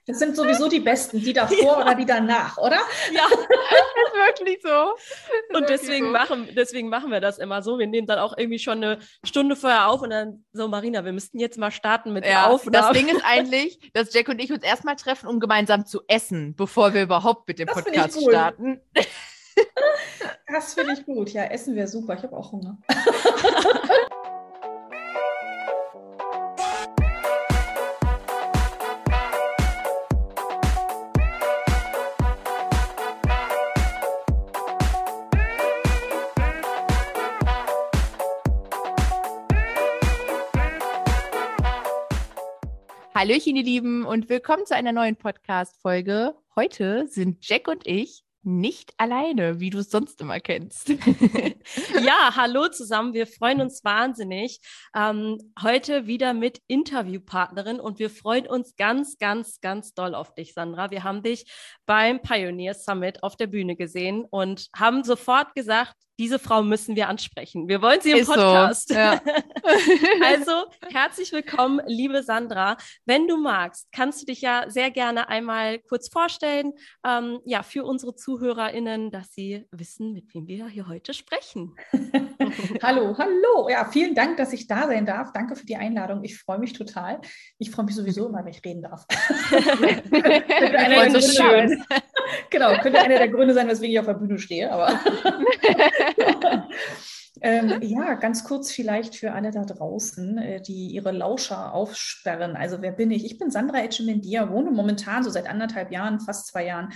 Das sind sowieso die Besten, die davor oder die danach, oder? Ja, Ist wirklich so. und deswegen machen wir das immer so. Wir nehmen dann auch irgendwie schon eine Stunde vorher auf und dann so, Marina, wir müssten jetzt mal starten mit der Das Aufnahme. Ding ist eigentlich, dass Jack und ich uns erstmal treffen, um gemeinsam zu essen, bevor wir überhaupt mit dem Das finde Podcast ich gut. starten. Das finde ich gut. Ja, Essen wäre super. Ich habe auch Hunger. Hallöchen, ihr Lieben, und willkommen zu einer neuen Podcast-Folge. Heute sind Jack und ich nicht alleine, wie du es sonst immer kennst. Ja, hallo zusammen. Wir freuen uns wahnsinnig. Heute wieder mit Interviewpartnerin und wir freuen uns ganz, ganz, ganz doll auf dich, Sandra. Wir haben dich beim Pioneer Summit auf der Bühne gesehen und haben sofort gesagt, diese Frau müssen wir ansprechen. Wir wollen sie im Podcast. So, ja. Also, herzlich willkommen, liebe Sandra. Wenn du magst, kannst du dich ja sehr gerne einmal kurz vorstellen, für unsere ZuhörerInnen, dass sie wissen, mit wem wir hier heute sprechen. Hallo. Ja, vielen Dank, dass ich da sein darf. Danke für die Einladung. Ich freue mich total. Ich freue mich sowieso immer, wenn ich reden darf. So schön. Genau, könnte einer der Gründe sein, weswegen ich auf der Bühne stehe. Aber ja, ganz kurz vielleicht für alle da draußen, die ihre Lauscher aufsperren. Also wer bin ich? Ich bin Sandra Etchemendia, wohne momentan so seit 1,5 Jahren, fast 2 Jahren,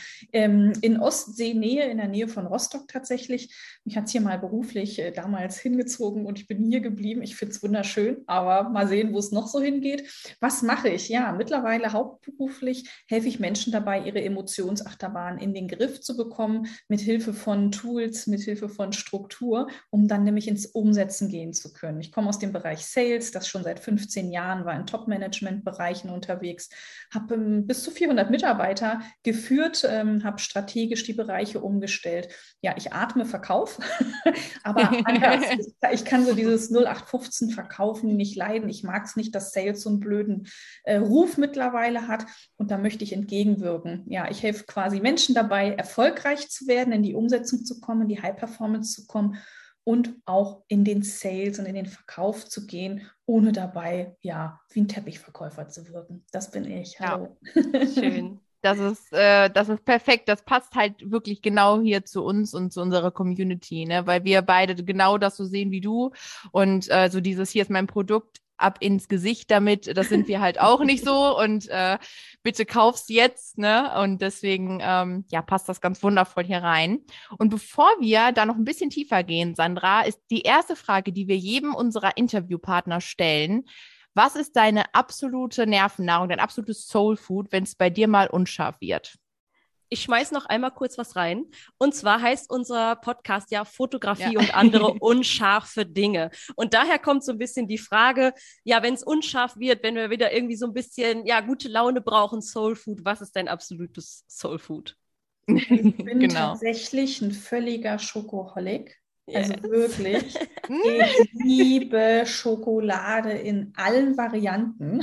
in Ostseenähe, in der Nähe von Rostock tatsächlich. Mich hat es hier mal beruflich damals hingezogen und ich bin hier geblieben. Ich finde es wunderschön, aber mal sehen, wo es noch so hingeht. Was mache ich? Ja, mittlerweile hauptberuflich helfe ich Menschen dabei, ihre Emotionsachterbahn in den Griff zu bekommen, mit Hilfe von Tools, mit Hilfe von Struktur, um dann nämlich ins Umsetzen gehen zu können. Ich komme aus dem Bereich Sales, das schon seit 15 Jahren, war in Top-Management-Bereichen unterwegs, habe bis zu 400 Mitarbeiter geführt, habe strategisch die Bereiche umgestellt. Ja, ich atme Verkauf, aber anders. Ich kann so dieses 0815 Verkaufen nicht leiden. Ich mag es nicht, dass Sales so einen blöden Ruf mittlerweile hat und da möchte ich entgegenwirken. Ja, ich helfe quasi Menschen dabei, erfolgreich zu werden, in die Umsetzung zu kommen, in die High-Performance zu kommen und auch in den Sales und in den Verkauf zu gehen, ohne dabei, ja, wie ein Teppichverkäufer zu wirken. Das bin ich. Hallo. Ja, schön. Das ist perfekt. Das passt halt wirklich genau hier zu uns und zu unserer Community, ne? Weil wir beide genau das so sehen wie du und so dieses, hier ist mein Produkt, ab ins Gesicht damit, das sind wir halt auch nicht so und bitte kauf's jetzt, ne? Und deswegen, passt das ganz wundervoll hier rein. Und bevor wir da noch ein bisschen tiefer gehen, Sandra, ist die erste Frage, die wir jedem unserer Interviewpartner stellen: Was ist deine absolute Nervennahrung, dein absolutes Soulfood, wenn es bei dir mal unscharf wird? Ich schmeiß noch einmal kurz was rein. Und zwar heißt unser Podcast ja Fotografie und andere unscharfe Dinge. Und daher kommt so ein bisschen die Frage, ja, wenn es unscharf wird, wenn wir wieder irgendwie so ein bisschen, ja, gute Laune brauchen, Soulfood, was ist dein absolutes Soulfood? Ich bin tatsächlich ein völliger Schokoholic. Also wirklich, ich liebe Schokolade in allen Varianten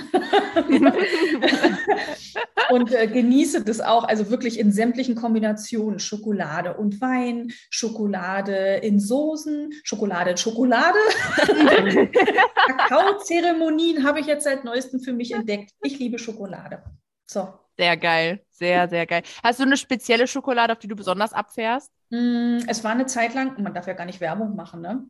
und genieße das auch, also wirklich in sämtlichen Kombinationen. Schokolade und Wein, Schokolade in Soßen, Schokolade in Schokolade. Kakaozeremonien habe ich jetzt seit neuestem für mich entdeckt. Ich liebe Schokolade. So. Sehr geil, sehr, sehr geil. Hast du eine spezielle Schokolade, auf die du besonders abfährst? Es war eine Zeit lang, man darf ja gar nicht Werbung machen, ne?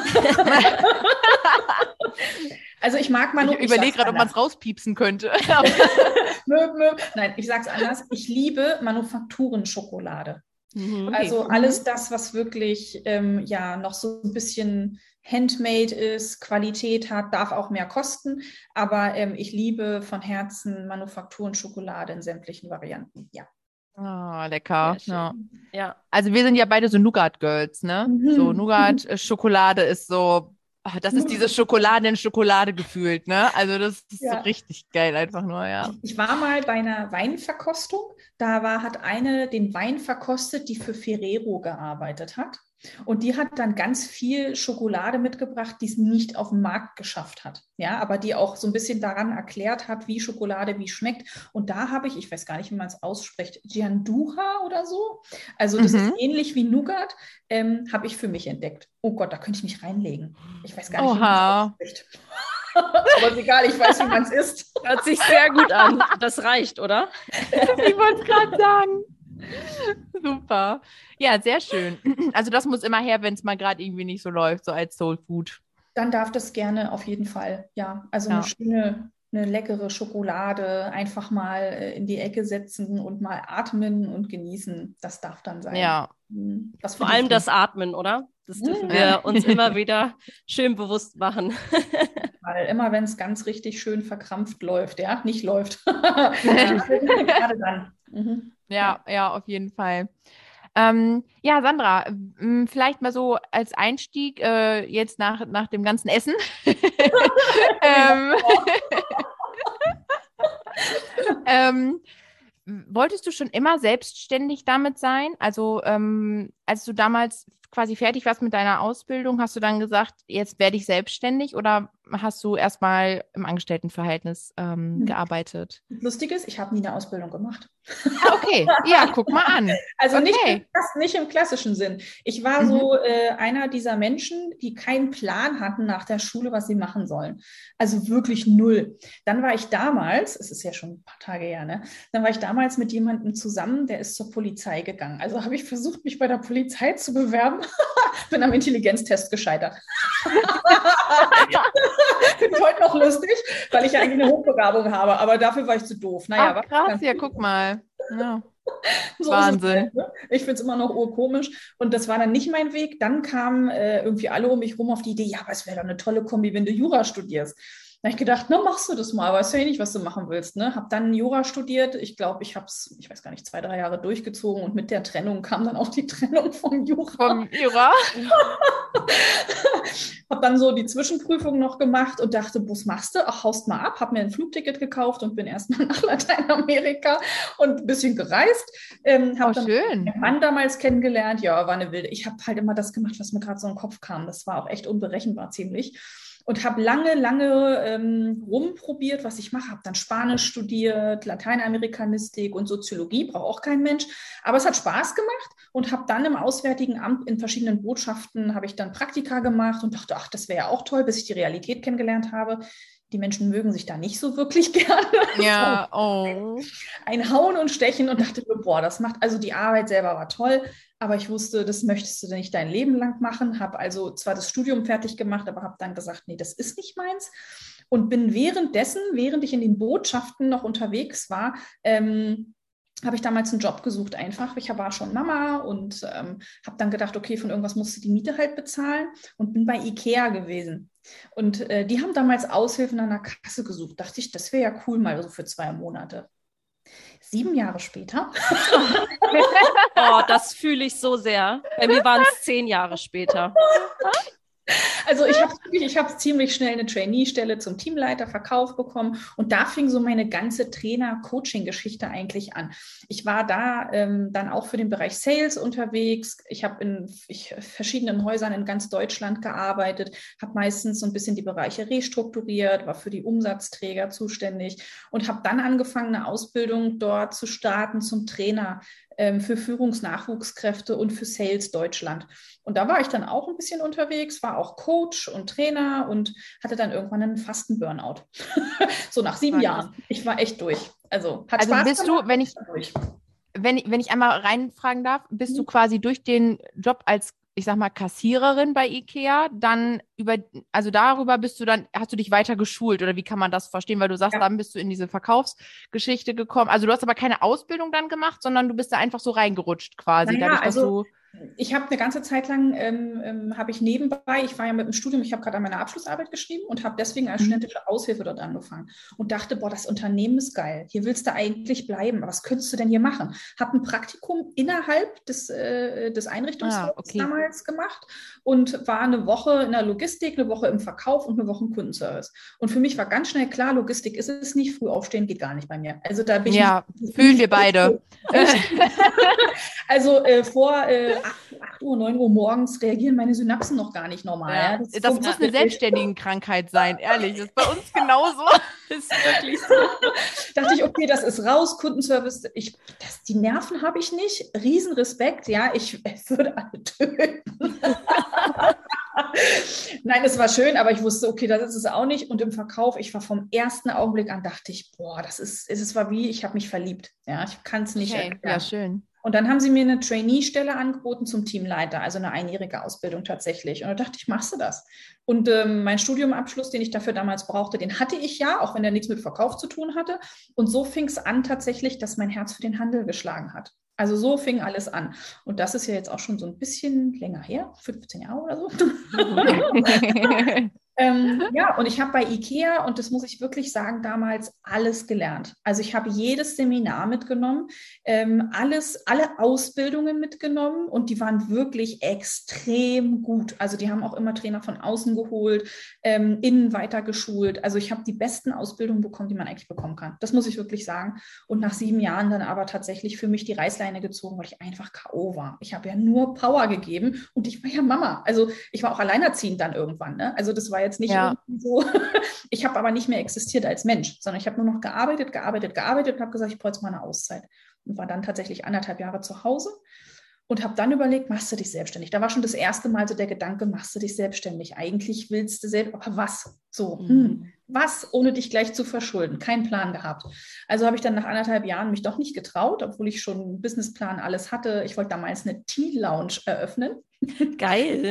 Also ich mag Ich überlege gerade, ob man es rauspiepsen könnte. Nein, ich sag's anders. Ich liebe Manufakturenschokolade. Okay. Also alles das, was wirklich noch so ein bisschen handmade ist, Qualität hat, darf auch mehr kosten. Aber ich liebe von Herzen Manufakturenschokolade in sämtlichen Varianten. Ja. Oh, lecker. Ja. Also wir sind ja beide so Nougat-Girls, ne? So Nougat-Schokolade ist so, das ist diese Schokolade in Schokolade gefühlt, ne? Also das ist so richtig geil einfach nur, ja. Ich war mal bei einer Weinverkostung, hat eine den Wein verkostet, die für Ferrero gearbeitet hat. Und die hat dann ganz viel Schokolade mitgebracht, die es nicht auf den Markt geschafft hat. Ja, aber die auch so ein bisschen daran erklärt hat, wie Schokolade wie schmeckt. Und da habe ich weiß gar nicht, wie man es ausspricht, Gianduja oder so. Also das ist ähnlich wie Nougat, habe ich für mich entdeckt. Oh Gott, da könnte ich mich reinlegen. Ich weiß gar nicht, wie man es ausspricht. Aber ist egal, ich weiß, wie man es isst. Hört sich sehr gut an. Das reicht, oder? Ich wollte es gerade sagen. Super. Ja, sehr schön. Also das muss immer her, wenn es mal gerade irgendwie nicht so läuft, so als Soul Food. Dann darf das gerne auf jeden Fall, ja. Also eine schöne, eine leckere Schokolade einfach mal in die Ecke setzen und mal atmen und genießen. Das darf dann sein. Ja. Vor allem das Atmen, oder? Das dürfen wir uns immer wieder schön bewusst machen. Weil immer, wenn es ganz richtig schön verkrampft läuft, ja, nicht läuft. Gerade dann. Ja, auf jeden Fall. Ja, Sandra, vielleicht mal so als Einstieg jetzt nach dem ganzen Essen. Wolltest du schon immer selbstständig damit sein? Also als du damals quasi fertig warst mit deiner Ausbildung, hast du dann gesagt, jetzt werde ich selbstständig oder hast du erstmal im Angestelltenverhältnis gearbeitet? Lustig ist, ich habe nie eine Ausbildung gemacht. Ah, okay. Ja, guck mal an. Also okay. nicht im klassischen Sinn. Ich war so einer dieser Menschen, die keinen Plan hatten nach der Schule, was sie machen sollen. Also wirklich null. Dann war ich damals, es ist ja schon ein paar Tage her, ne? Dann war ich damals mit jemandem zusammen, der ist zur Polizei gegangen. Also habe ich versucht, mich bei der Polizei zu bewerben. Bin am Intelligenztest gescheitert. Finde ich heute noch lustig, weil ich ja eigentlich eine Hochbegabung habe, aber dafür war ich zu doof. Naja, krass, ja, guck mal. Ja. So Wahnsinn. Halt, ne? Ich finde es immer noch urkomisch. Und das war dann nicht mein Weg. Dann kamen irgendwie alle um mich rum auf die Idee, ja, aber es wäre doch eine tolle Kombi, wenn du Jura studierst. Da habe ich gedacht, na, machst du das mal, weißt ja eh nicht, was du machen willst. Ne? Habe dann Jura studiert. Ich glaube, ich habe es, ich weiß gar nicht, 2, 3 Jahre durchgezogen und mit der Trennung kam dann auch die Trennung vom Jura. Vom Jura? Habe dann so die Zwischenprüfung noch gemacht und dachte, was machst du? Ach, haust mal ab. Habe mir ein Flugticket gekauft und bin erstmal nach Lateinamerika und ein bisschen gereist. Habe dann schön. meinen Mann damals kennengelernt. Ja, war eine wilde. Ich habe halt immer das gemacht, was mir gerade so im Kopf kam. Das war auch echt unberechenbar ziemlich. Und habe lange rumprobiert, was ich mache. Habe dann Spanisch studiert, Lateinamerikanistik und Soziologie, braucht auch kein Mensch. Aber es hat Spaß gemacht und habe dann im Auswärtigen Amt in verschiedenen Botschaften, habe ich dann Praktika gemacht und dachte, ach, das wäre ja auch toll, bis ich die Realität kennengelernt habe. Die Menschen mögen sich da nicht so wirklich gerne. Ja, Ein Hauen und Stechen und dachte mir, boah, das macht, also die Arbeit selber war toll, aber ich wusste, das möchtest du nicht dein Leben lang machen, habe also zwar das Studium fertig gemacht, aber habe dann gesagt, nee, das ist nicht meins und bin währenddessen, während ich in den Botschaften noch unterwegs war, habe ich damals einen Job gesucht einfach. Ich war schon Mama und habe dann gedacht, okay, von irgendwas musste die Miete halt bezahlen und bin bei Ikea gewesen. Und die haben damals Aushilfen an der Kasse gesucht. Dachte ich, das wäre ja cool, mal so für 2 Monate. 7 Jahre später. Oh, das fühle ich so sehr. Bei mir waren es 10 Jahre später. Also ich habe ziemlich schnell eine Trainee-Stelle zum Teamleiter verkauft bekommen und da fing so meine ganze Trainer-Coaching-Geschichte eigentlich an. Ich war da dann auch für den Bereich Sales unterwegs. Ich habe in verschiedenen Häusern in ganz Deutschland gearbeitet, habe meistens so ein bisschen die Bereiche restrukturiert, war für die Umsatzträger zuständig und habe dann angefangen, eine Ausbildung dort zu starten zum Trainer für Führungsnachwuchskräfte und für Sales Deutschland. Und da war ich dann auch ein bisschen unterwegs, war auch Coach und Trainer und hatte dann irgendwann einen fasten Burnout. So nach 7 Jahren. Ich war echt durch. Also hat Spaß bist gemacht, du, wenn ich einmal reinfragen darf, bist du quasi durch den Job als, ich sag mal, Kassiererin bei Ikea, dann darüber hast du dich weiter geschult oder wie kann man das verstehen? Weil du sagst, dann bist du in diese Verkaufsgeschichte gekommen. Also du hast aber keine Ausbildung dann gemacht, sondern du bist da einfach so reingerutscht quasi. Naja, dadurch, ich habe eine ganze Zeit lang, habe ich nebenbei, ich war ja mit dem Studium, ich habe gerade an meiner Abschlussarbeit geschrieben und habe deswegen als studentische Aushilfe dort angefangen und dachte, boah, das Unternehmen ist geil, hier willst du eigentlich bleiben, aber was könntest du denn hier machen? Habe ein Praktikum innerhalb des Einrichtungshauses damals gemacht und war eine Woche in der Logistik, eine Woche im Verkauf und eine Woche im Kundenservice. Und für mich war ganz schnell klar, Logistik ist es nicht, früh aufstehen geht gar nicht bei mir. Also da bin fühlen wir beide. Also vor 8 Uhr, 9 Uhr morgens reagieren meine Synapsen noch gar nicht normal. Ja. Ja. Das muss eine Selbstständigenkrankheit sein, ehrlich. Das ist bei uns genauso. Das ist wirklich so. Dachte ich, okay, das ist raus, Kundenservice. Die Nerven habe ich nicht. Riesenrespekt, ja. Ich würde alle töten. Nein, es war schön, aber ich wusste, okay, das ist es auch nicht. Und im Verkauf, ich war vom ersten Augenblick an, dachte ich, boah, es war wie, ich habe mich verliebt. Ja, ich kann es nicht erklären. Ja, schön. Und dann haben sie mir eine Trainee-Stelle angeboten zum Teamleiter, also eine einjährige Ausbildung tatsächlich. Und da dachte ich, machst du das? Und mein Studiumabschluss, den ich dafür damals brauchte, den hatte ich ja, auch wenn der nichts mit Verkauf zu tun hatte. Und so fing es an tatsächlich, dass mein Herz für den Handel geschlagen hat. Also so fing alles an. Und das ist ja jetzt auch schon so ein bisschen länger her, 15 Jahre oder so. Ja, und ich habe bei IKEA, und das muss ich wirklich sagen, damals alles gelernt. Also ich habe jedes Seminar mitgenommen, alle Ausbildungen mitgenommen, und die waren wirklich extrem gut. Also die haben auch immer Trainer von außen geholt, innen weiter geschult. Also ich habe die besten Ausbildungen bekommen, die man eigentlich bekommen kann. Das muss ich wirklich sagen. Und nach 7 Jahren dann aber tatsächlich für mich die Reißleine gezogen, weil ich einfach K.O. war. Ich habe ja nur Power gegeben, und ich war ja Mama. Also ich war auch alleinerziehend dann irgendwann. Ne? Also das war jetzt nicht irgendwie so. Ich habe aber nicht mehr existiert als Mensch, sondern ich habe nur noch gearbeitet und habe gesagt, ich brauche jetzt mal eine Auszeit. Und war dann tatsächlich 1,5 Jahre zu Hause und habe dann überlegt, machst du dich selbstständig? Da war schon das erste Mal so der Gedanke, machst du dich selbstständig? Eigentlich willst du selbst, aber was? So, was, ohne dich gleich zu verschulden? Keinen Plan gehabt. Also habe ich dann nach 1,5 Jahren mich doch nicht getraut, obwohl ich schon einen Businessplan, alles hatte. Ich wollte damals eine Tea-Lounge eröffnen. Geil.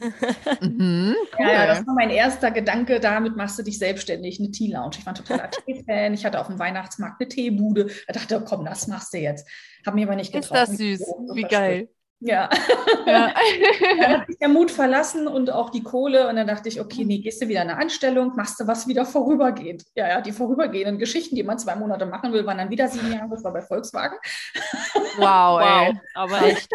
Cool. Ja, das war mein erster Gedanke, damit machst du dich selbstständig, eine Tea-Lounge. Ich war ein totaler Tee-Fan, ich hatte auf dem Weihnachtsmarkt eine Teebude. Da dachte ich, komm, das machst du jetzt. Habe mir aber nicht getraut. Ist das süß, wie geil. Ja. Dann hat sich der Mut verlassen und auch die Kohle, und dann dachte ich, okay, nee, gehst du wieder in eine Anstellung, machst du was wieder vorübergehend. Ja, die vorübergehenden Geschichten, die man 2 Monate machen will, waren dann wieder 7 Jahre, das war bei Volkswagen. Wow, ey. Aber echt.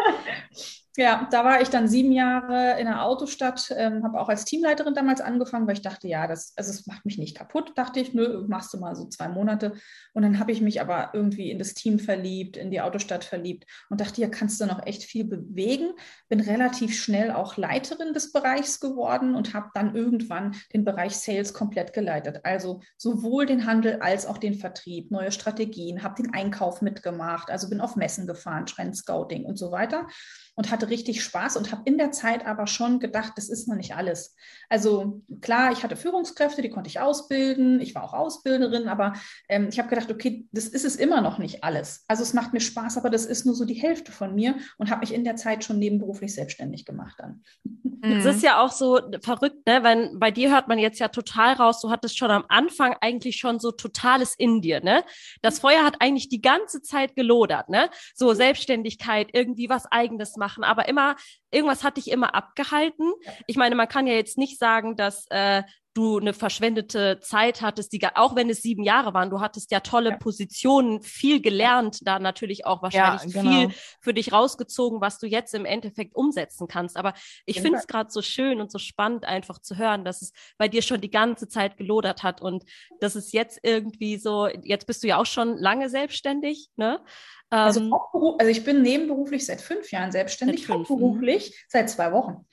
Ja, da war ich dann 7 Jahre in der Autostadt, habe auch als Teamleiterin damals angefangen, weil ich dachte, ja, es macht mich nicht kaputt, dachte ich, nö, machst du mal so 2 Monate. Und dann habe ich mich aber irgendwie in das Team verliebt, in die Autostadt verliebt und dachte, hier kannst du noch echt viel bewegen. Bin relativ schnell auch Leiterin des Bereichs geworden und habe dann irgendwann den Bereich Sales komplett geleitet. Also sowohl den Handel als auch den Vertrieb, neue Strategien, habe den Einkauf mitgemacht, also bin auf Messen gefahren, Trendscouting und so weiter. Und hatte richtig Spaß und habe in der Zeit aber schon gedacht, das ist noch nicht alles. Also klar, ich hatte Führungskräfte, die konnte ich ausbilden. Ich war auch Ausbilderin, aber ich habe gedacht, okay, das ist es immer noch nicht alles. Also es macht mir Spaß, aber das ist nur so die Hälfte von mir, und habe mich in der Zeit schon nebenberuflich selbstständig gemacht dann. Es ist ja auch so verrückt, ne? Weil bei dir hört man jetzt ja total raus, du hattest schon am Anfang eigentlich schon so totales in dir, ne? Das Feuer hat eigentlich die ganze Zeit gelodert, ne? So Selbstständigkeit, irgendwie was Eigenes machen, aber irgendwas hat dich immer abgehalten. Ich meine, man kann ja jetzt nicht sagen, dass du eine verschwendete Zeit hattest, auch wenn es 7 Jahre waren. Du hattest ja tolle Positionen, viel gelernt, da natürlich auch wahrscheinlich viel für dich rausgezogen, was du jetzt im Endeffekt umsetzen kannst. Aber ich finde es gerade so schön und so spannend, einfach zu hören, dass es bei dir schon die ganze Zeit gelodert hat und dass es jetzt irgendwie so, jetzt bist du ja auch schon lange selbstständig, ne? Also ich bin nebenberuflich seit 5 Jahren selbstständig, hauptberuflich seit 2 Wochen.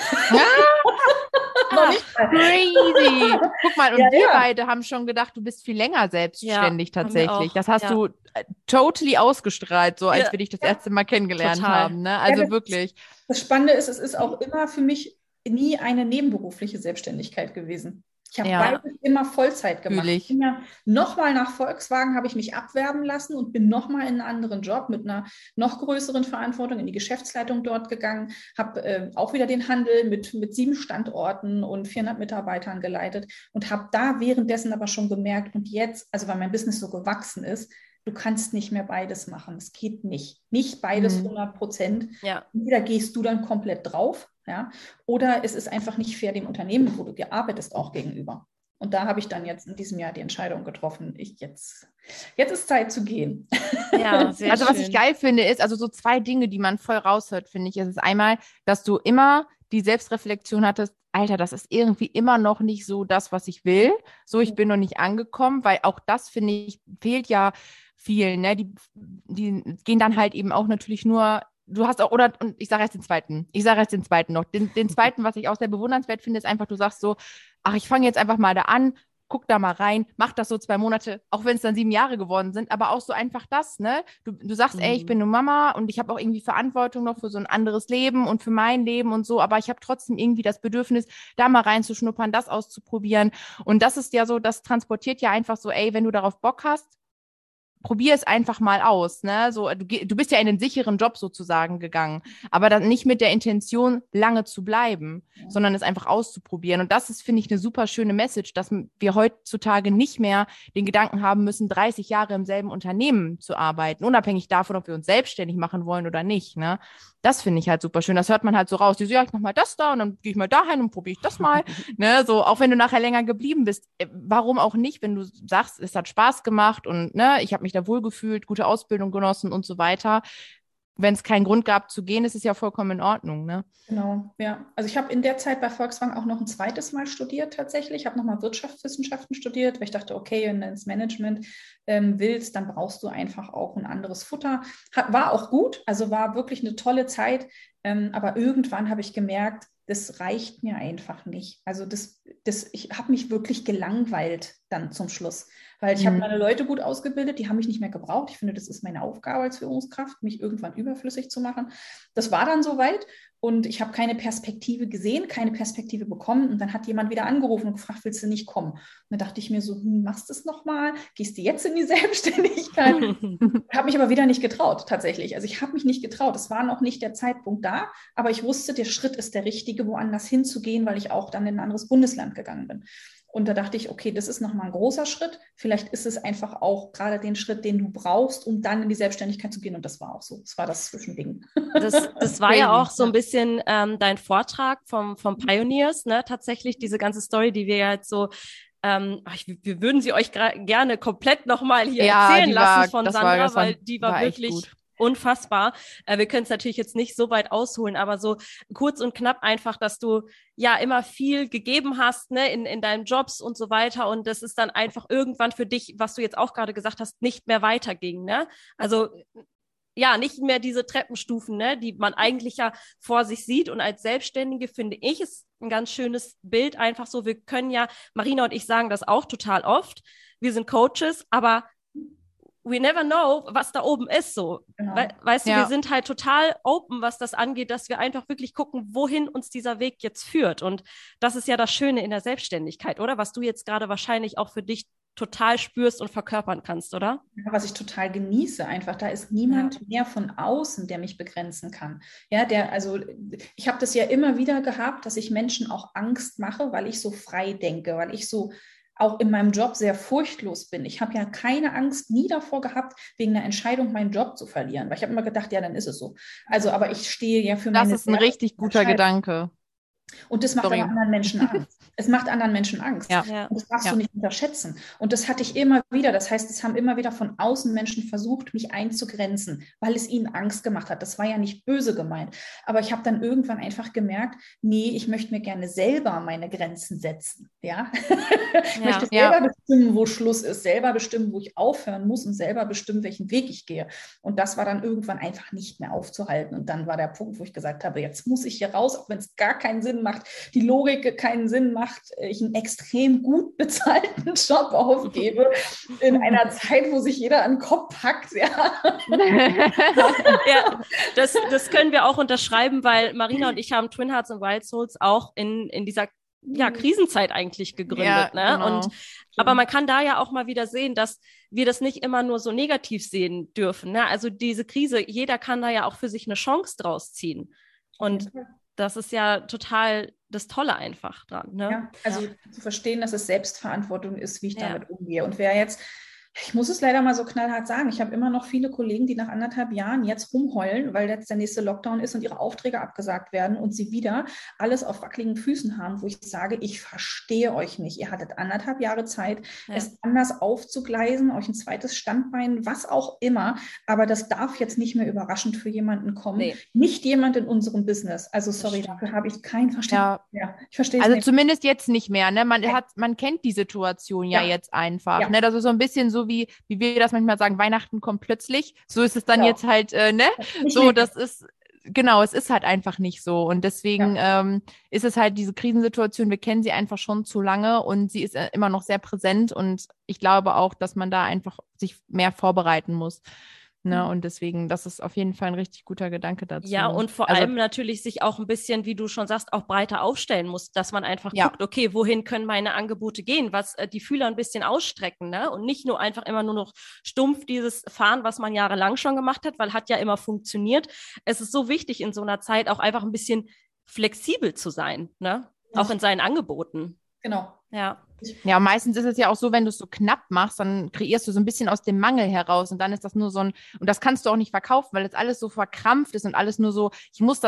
Crazy. Guck mal, und wir beide haben schon gedacht, du bist viel länger selbstständig tatsächlich. Das hast du totally ausgestrahlt, so als wir dich das erste Mal kennengelernt haben. Ne? Also wirklich. Das Spannende ist, es ist auch immer für mich nie eine nebenberufliche Selbstständigkeit gewesen. Ich habe beides immer Vollzeit gemacht. Nochmal nach Volkswagen habe ich mich abwerben lassen und bin nochmal in einen anderen Job mit einer noch größeren Verantwortung in die Geschäftsleitung dort gegangen, habe auch wieder den Handel mit 7 Standorten und 400 Mitarbeitern geleitet und habe da währenddessen aber schon gemerkt, und jetzt, also weil mein Business so gewachsen ist, du kannst nicht mehr beides machen. Es geht nicht. Nicht beides 100%. Ja. Entweder gehst du dann komplett drauf, ja, oder es ist einfach nicht fair dem Unternehmen, wo du arbeitest, auch gegenüber. Und da habe ich dann jetzt in diesem Jahr die Entscheidung getroffen, jetzt ist Zeit zu gehen. Ja, also was ich geil finde, ist, also so 2 Dinge, die man voll raushört, finde ich, ist es einmal, dass du immer die Selbstreflexion hattest, Alter, das ist irgendwie immer noch nicht so das, was ich will. So, ich bin noch nicht angekommen, weil auch das, finde ich, fehlt ja vielen, ne? Die gehen dann halt eben auch natürlich nur, du hast auch, oder, und ich sage jetzt den zweiten noch. Den zweiten, was ich auch sehr bewundernswert finde, ist einfach, du sagst so, ach, ich fange jetzt einfach mal da an, guck da mal rein, mach das so 2 Monate, auch wenn es dann 7 Jahre geworden sind, aber auch so einfach das, ne? Du sagst, ey, ich bin eine Mama und ich habe auch irgendwie Verantwortung noch für so ein anderes Leben und für mein Leben und so, aber ich habe trotzdem irgendwie das Bedürfnis, da mal reinzuschnuppern, das auszuprobieren. Und das ist ja so, das transportiert ja einfach so, ey, wenn du darauf Bock hast, probier es einfach mal aus, ne? So, du bist ja in den sicheren Job sozusagen gegangen, aber dann nicht mit der Intention, lange zu bleiben, sondern es einfach auszuprobieren. Und das ist, finde ich, eine super schöne Message, dass wir heutzutage nicht mehr den Gedanken haben müssen, 30 Jahre im selben Unternehmen zu arbeiten, unabhängig davon, ob wir uns selbstständig machen wollen oder nicht, ne? Das finde ich halt super schön. Das hört man halt so raus. Die so, ja, ich mach mal das da und dann gehe ich mal dahin und probiere ich das mal. Ne? So, auch wenn du nachher länger geblieben bist, warum auch nicht, wenn du sagst, es hat Spaß gemacht und ne, ich habe mich da wohlgefühlt, gute Ausbildung genossen und so weiter. Wenn es keinen Grund gab zu gehen, ist es ja vollkommen in Ordnung, ne? Genau, ja. Also ich habe in der Zeit bei Volkswagen auch noch ein zweites Mal studiert tatsächlich. Ich habe nochmal Wirtschaftswissenschaften studiert, weil ich dachte, okay, wenn du ins Management willst, dann brauchst du einfach auch ein anderes Futter. War auch gut, also war wirklich eine tolle Zeit. Aber irgendwann habe ich gemerkt, das reicht mir einfach nicht. Also ich habe mich wirklich gelangweilt dann zum Schluss, weil ich habe meine Leute gut ausgebildet, die haben mich nicht mehr gebraucht. Ich finde, das ist meine Aufgabe als Führungskraft, mich irgendwann überflüssig zu machen. Das war dann soweit und ich habe keine Perspektive gesehen, keine Perspektive bekommen und dann hat jemand wieder angerufen und gefragt, willst du nicht kommen? Und dann dachte ich mir so, machst du es nochmal? Gehst du jetzt in die Selbstständigkeit? Habe mich aber wieder nicht getraut, tatsächlich. Also ich habe mich nicht getraut. Es war noch nicht der Zeitpunkt da, aber ich wusste, der Schritt ist der richtige, woanders hinzugehen, weil ich auch dann in ein anderes Bundesland gegangen bin. Und da dachte ich, okay, das ist nochmal ein großer Schritt. Vielleicht ist es einfach auch gerade den Schritt, den du brauchst, um dann in die Selbstständigkeit zu gehen. Und das war auch so. Das war das Zwischending. Das war ja auch so ein bisschen dein Vortrag vom Pioneers, ne? Tatsächlich diese ganze Story, die wir jetzt so wir würden sie euch gerne komplett nochmal hier erzählen lassen von Sandra, weil die war wirklich unfassbar. Wir können es natürlich jetzt nicht so weit ausholen, aber so kurz und knapp einfach, dass du ja immer viel gegeben hast, ne, in deinen Jobs und so weiter und das ist dann einfach irgendwann für dich, was du jetzt auch gerade gesagt hast, nicht mehr weiterging, ne? Also ja, nicht mehr diese Treppenstufen, ne, die man eigentlich ja vor sich sieht. Und als Selbstständige finde ich es ein ganz schönes Bild einfach so. Wir können ja, Marina und ich sagen das auch total oft. Wir sind Coaches, aber we never know, was da oben ist so. Genau. Weißt du, wir sind halt total open, was das angeht, dass wir einfach wirklich gucken, wohin uns dieser Weg jetzt führt. Und das ist ja das Schöne in der Selbstständigkeit, oder? Was du jetzt gerade wahrscheinlich auch für dich total spürst und verkörpern kannst, oder? Ja, was ich total genieße, einfach, da ist niemand mehr von außen, der mich begrenzen kann. Ja, also ich habe das ja immer wieder gehabt, dass ich Menschen auch Angst mache, weil ich so frei denke, weil ich so auch in meinem Job sehr furchtlos bin. Ich habe ja keine Angst, nie davor gehabt, wegen einer Entscheidung meinen Job zu verlieren, weil ich habe immer gedacht, ja, dann ist es so. Also, aber ich stehe ja für meine... Das ist ein richtig guter Gedanke. Und das macht aber anderen Menschen Angst. Es macht anderen Menschen Angst. Ja. Und das darfst du nicht unterschätzen. Und das hatte ich immer wieder. Das heißt, es haben immer wieder von außen Menschen versucht, mich einzugrenzen, weil es ihnen Angst gemacht hat. Das war ja nicht böse gemeint. Aber ich habe dann irgendwann einfach gemerkt, nee, ich möchte mir gerne selber meine Grenzen setzen. Ja? Ich möchte selber bestimmen, wo Schluss ist, selber bestimmen, wo ich aufhören muss und selber bestimmen, welchen Weg ich gehe. Und das war dann irgendwann einfach nicht mehr aufzuhalten. Und dann war der Punkt, wo ich gesagt habe, jetzt muss ich hier raus, auch wenn es gar keinen Sinn macht, die Logik keinen Sinn macht, ich einen extrem gut bezahlten Job aufgebe in einer Zeit, wo sich jeder an den Kopf packt. Ja, das können wir auch unterschreiben, weil Marina und ich haben Twin Hearts and Wild Souls auch in dieser Krisenzeit eigentlich gegründet. Ne? Genau. Aber man kann da ja auch mal wieder sehen, dass wir das nicht immer nur so negativ sehen dürfen. Ne? Also diese Krise, jeder kann da ja auch für sich eine Chance draus ziehen. Und das ist ja total das Tolle einfach dran. Ne? Ja, also zu verstehen, dass es Selbstverantwortung ist, wie ich damit umgehe. Und wer jetzt Ich muss es leider mal so knallhart sagen. Ich habe immer noch viele Kollegen, die nach 1,5 Jahren jetzt rumheulen, weil jetzt der nächste Lockdown ist und ihre Aufträge abgesagt werden und sie wieder alles auf wackeligen Füßen haben, wo ich sage, ich verstehe euch nicht. Ihr hattet 1,5 Jahre Zeit, es anders aufzugleisen, euch ein zweites Standbein, was auch immer. Aber das darf jetzt nicht mehr überraschend für jemanden kommen. Nee. Nicht jemand in unserem Business. Also sorry, dafür habe ich kein Verständnis mehr. Ich verstehe es Also nicht. zumindest jetzt nicht mehr, ne? Man kennt die Situation ja jetzt einfach, ne? Das ist so ein bisschen so wie wir das manchmal sagen, Weihnachten kommt plötzlich. So ist es dann jetzt halt, ne? So, das ist, genau, es ist halt einfach nicht so. Und deswegen ist es halt diese Krisensituation, wir kennen sie einfach schon zu lange und sie ist immer noch sehr präsent. Und ich glaube auch, dass man da einfach sich mehr vorbereiten muss. Ne, und deswegen, das ist auf jeden Fall ein richtig guter Gedanke dazu. Ja, und vor allem natürlich sich auch ein bisschen, wie du schon sagst, auch breiter aufstellen muss, dass man einfach guckt, okay, wohin können meine Angebote gehen, was die Fühler ein bisschen ausstrecken, ne? Und nicht nur einfach immer nur noch stumpf dieses Fahren, was man jahrelang schon gemacht hat, weil hat ja immer funktioniert. Es ist so wichtig in so einer Zeit auch einfach ein bisschen flexibel zu sein, ne? Auch in seinen Angeboten. Genau. Ja, meistens ist es ja auch so, wenn du es so knapp machst, dann kreierst du so ein bisschen aus dem Mangel heraus und dann ist das nur so ein, und das kannst du auch nicht verkaufen, weil das alles so verkrampft ist und alles nur so, ich muss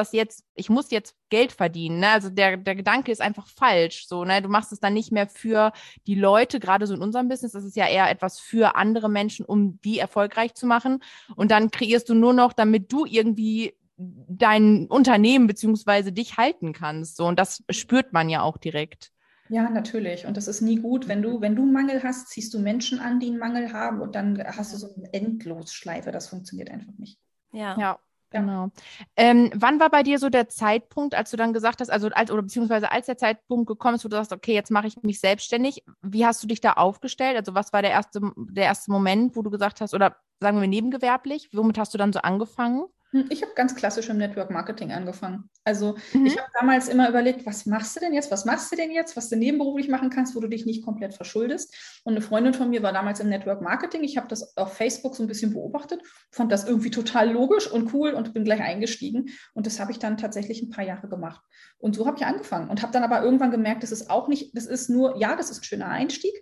jetzt Geld verdienen, ne? Also der Gedanke ist einfach falsch, so, ne? Du machst es dann nicht mehr für die Leute, gerade so in unserem Business, das ist ja eher etwas für andere Menschen, um die erfolgreich zu machen und dann kreierst du nur noch, damit du irgendwie dein Unternehmen beziehungsweise dich halten kannst, so, und das spürt man ja auch direkt. Ja, natürlich. Und das ist nie gut. Wenn du einen Mangel hast, ziehst du Menschen an, die einen Mangel haben und dann hast du so eine Endlosschleife. Das funktioniert einfach nicht. Ja, genau. Wann war bei dir so der Zeitpunkt, als du dann gesagt hast, oder beziehungsweise als der Zeitpunkt gekommen ist, wo du sagst, okay, jetzt mache ich mich selbstständig. Wie hast du dich da aufgestellt? Also was war der erste Moment, wo du gesagt hast, oder sagen wir nebengewerblich, womit hast du dann so angefangen? Ich habe ganz klassisch im Network Marketing angefangen. Also ich habe damals immer überlegt, was machst du denn jetzt, was du nebenberuflich machen kannst, wo du dich nicht komplett verschuldest. Und eine Freundin von mir war damals im Network Marketing. Ich habe das auf Facebook so ein bisschen beobachtet, fand das irgendwie total logisch und cool und bin gleich eingestiegen. Und das habe ich dann tatsächlich ein paar Jahre gemacht. Und so habe ich angefangen und habe dann aber irgendwann gemerkt, das ist auch nicht, das ist nur, ja, das ist ein schöner Einstieg.